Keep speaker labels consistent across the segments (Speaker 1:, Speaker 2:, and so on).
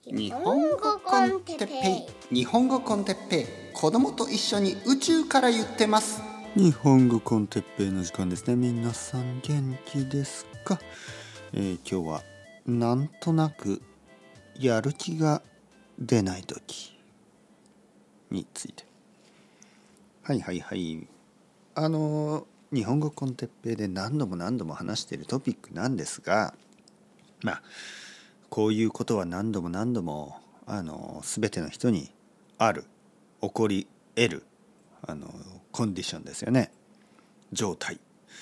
Speaker 1: 日本語コンテッペイ、日本語コンテッペイ、子供と一緒に宇宙から言ってます。
Speaker 2: 日本語コンテッペイの時間ですね。皆さん元気ですか？今日はなんとなくやる気が出ない時について。はい日本語コンテッペイで何度も話しているトピックなんですが、こういうことは何度も全ての人にある、起こり得るコンディションですよね。状態。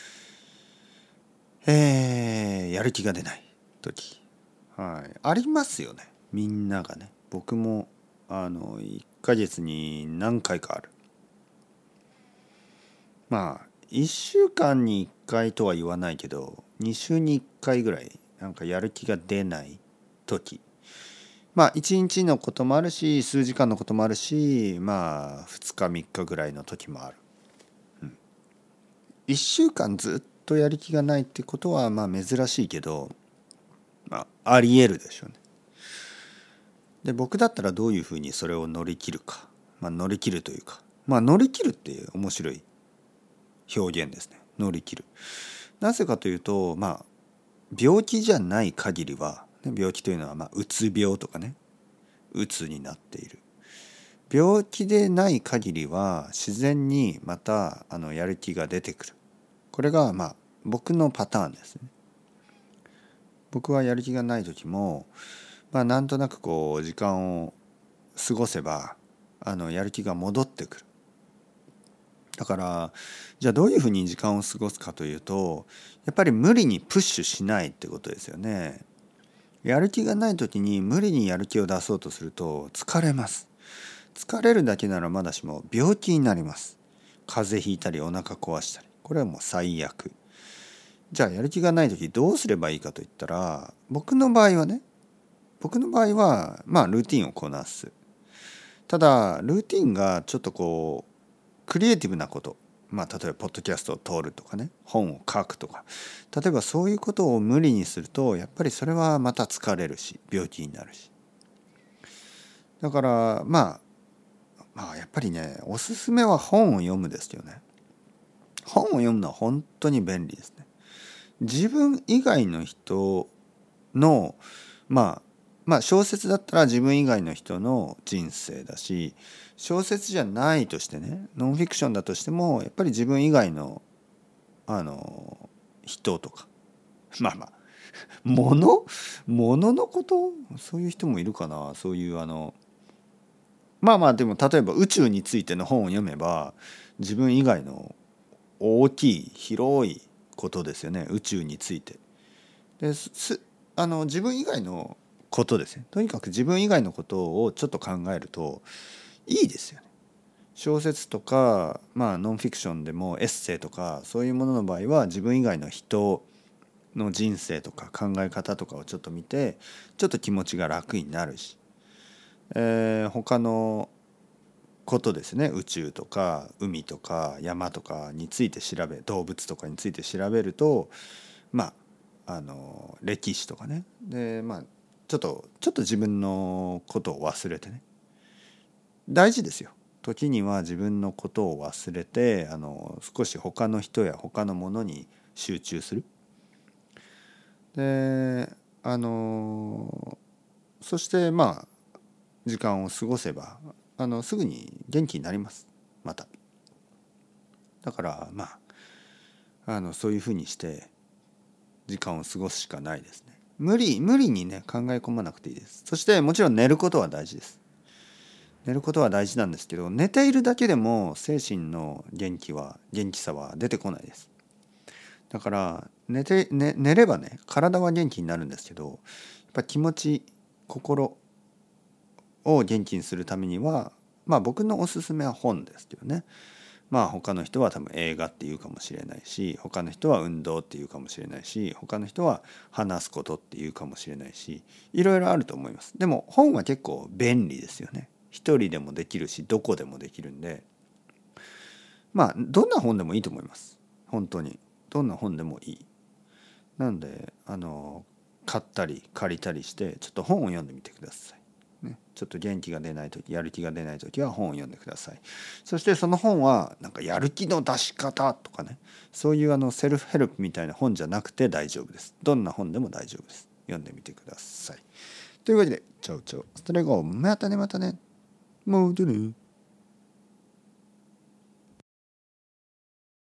Speaker 2: やる気が出ない時、ありますよね。みんながね。僕も1ヶ月に何回かある。1週間に1回とは言わないけど、2週に1回ぐらいなんかやる気が出ない時。1日のこともあるし、数時間のこともあるし、2日3日ぐらいの時もある。1週間ずっとやる気がないってことは珍しいけど、あり得るでしょうね。で、僕だったらどういうふうにそれを乗り切るか。乗り切るというか、乗り切るっていう面白い表現ですね。乗り切る。なぜかというと、病気じゃない限りは、病気というのはうつ病とかね、うつになっている。病気でない限りは自然にまたやる気が出てくる。これが僕のパターンですね。僕はやる気がない時もなんとなく時間を過ごせばやる気が戻ってくる。だからじゃあどういうふうに時間を過ごすかというと、やっぱり無理にプッシュしないってことですよね。やる気がない時に無理にやる気を出そうとすると疲れます。疲れるだけならまだしも病気になります。風邪ひいたりお腹壊したり、これはもう最悪。じゃあやる気がない時どうすればいいかといったら、僕の場合はルーティンをこなす。ただルーティンがちょっとクリエイティブなこと、例えばポッドキャストを撮るとかね、本を書くとか、例えばそういうことを無理にするとやっぱりそれはまた疲れるし病気になるし。だからやっぱりね、おすすめは本を読むですよね。本を読むのは本当に便利ですね。自分以外の人の小説だったら自分以外の人の人生だし、小説じゃないとしてね、ノンフィクションだとしてもやっぱり自分以外の人とか物のこと、そういう人もいるかな。そういうでも例えば宇宙についての本を読めば自分以外の大きい広いことですよね。宇宙について自分以外のことですね。とにかく自分以外のことをちょっと考えるといいですよね。小説とかノンフィクションでもエッセイとかそういうものの場合は自分以外の人の人生とか考え方とかをちょっと見て、ちょっと気持ちが楽になるし、他のことですね、宇宙とか海とか山とかについて動物とかについて調べると歴史とかね、でちょっと自分のことを忘れてね、大事ですよ。時には自分のことを忘れて少し他の人や他のものに集中する。でそして時間を過ごせばすぐに元気になります。まただからそういうふうにして時間を過ごすしかないですね。無理にね考え込まなくていいです。そしてもちろん寝ることは大事です。寝ることは大事なんですけど、寝ているだけでも精神の元気さは出てこないです。だから寝ればね、体は元気になるんですけど、やっぱ気持ち心を元気にするためには僕のおすすめは本ですけどね。他の人は多分映画っていうかもしれないし、他の人は運動っていうかもしれないし、他の人は話すことっていうかもしれないし、いろいろあると思います。でも本は結構便利ですよね。一人でもできるし、どこでもできるんで、どんな本でもいいと思います。本当にどんな本でもいい。なので買ったり借りたりしてちょっと本を読んでみてください。 ちょっと元気が出ない時、やる気が出ない時は本を読んでください。そしてその本はなんかやる気の出し方とかね、そういうセルフヘルプみたいな本じゃなくて大丈夫です。どんな本でも大丈夫です。読んでみてください。というわけで、チャウチャウ。それがまたね、もうね。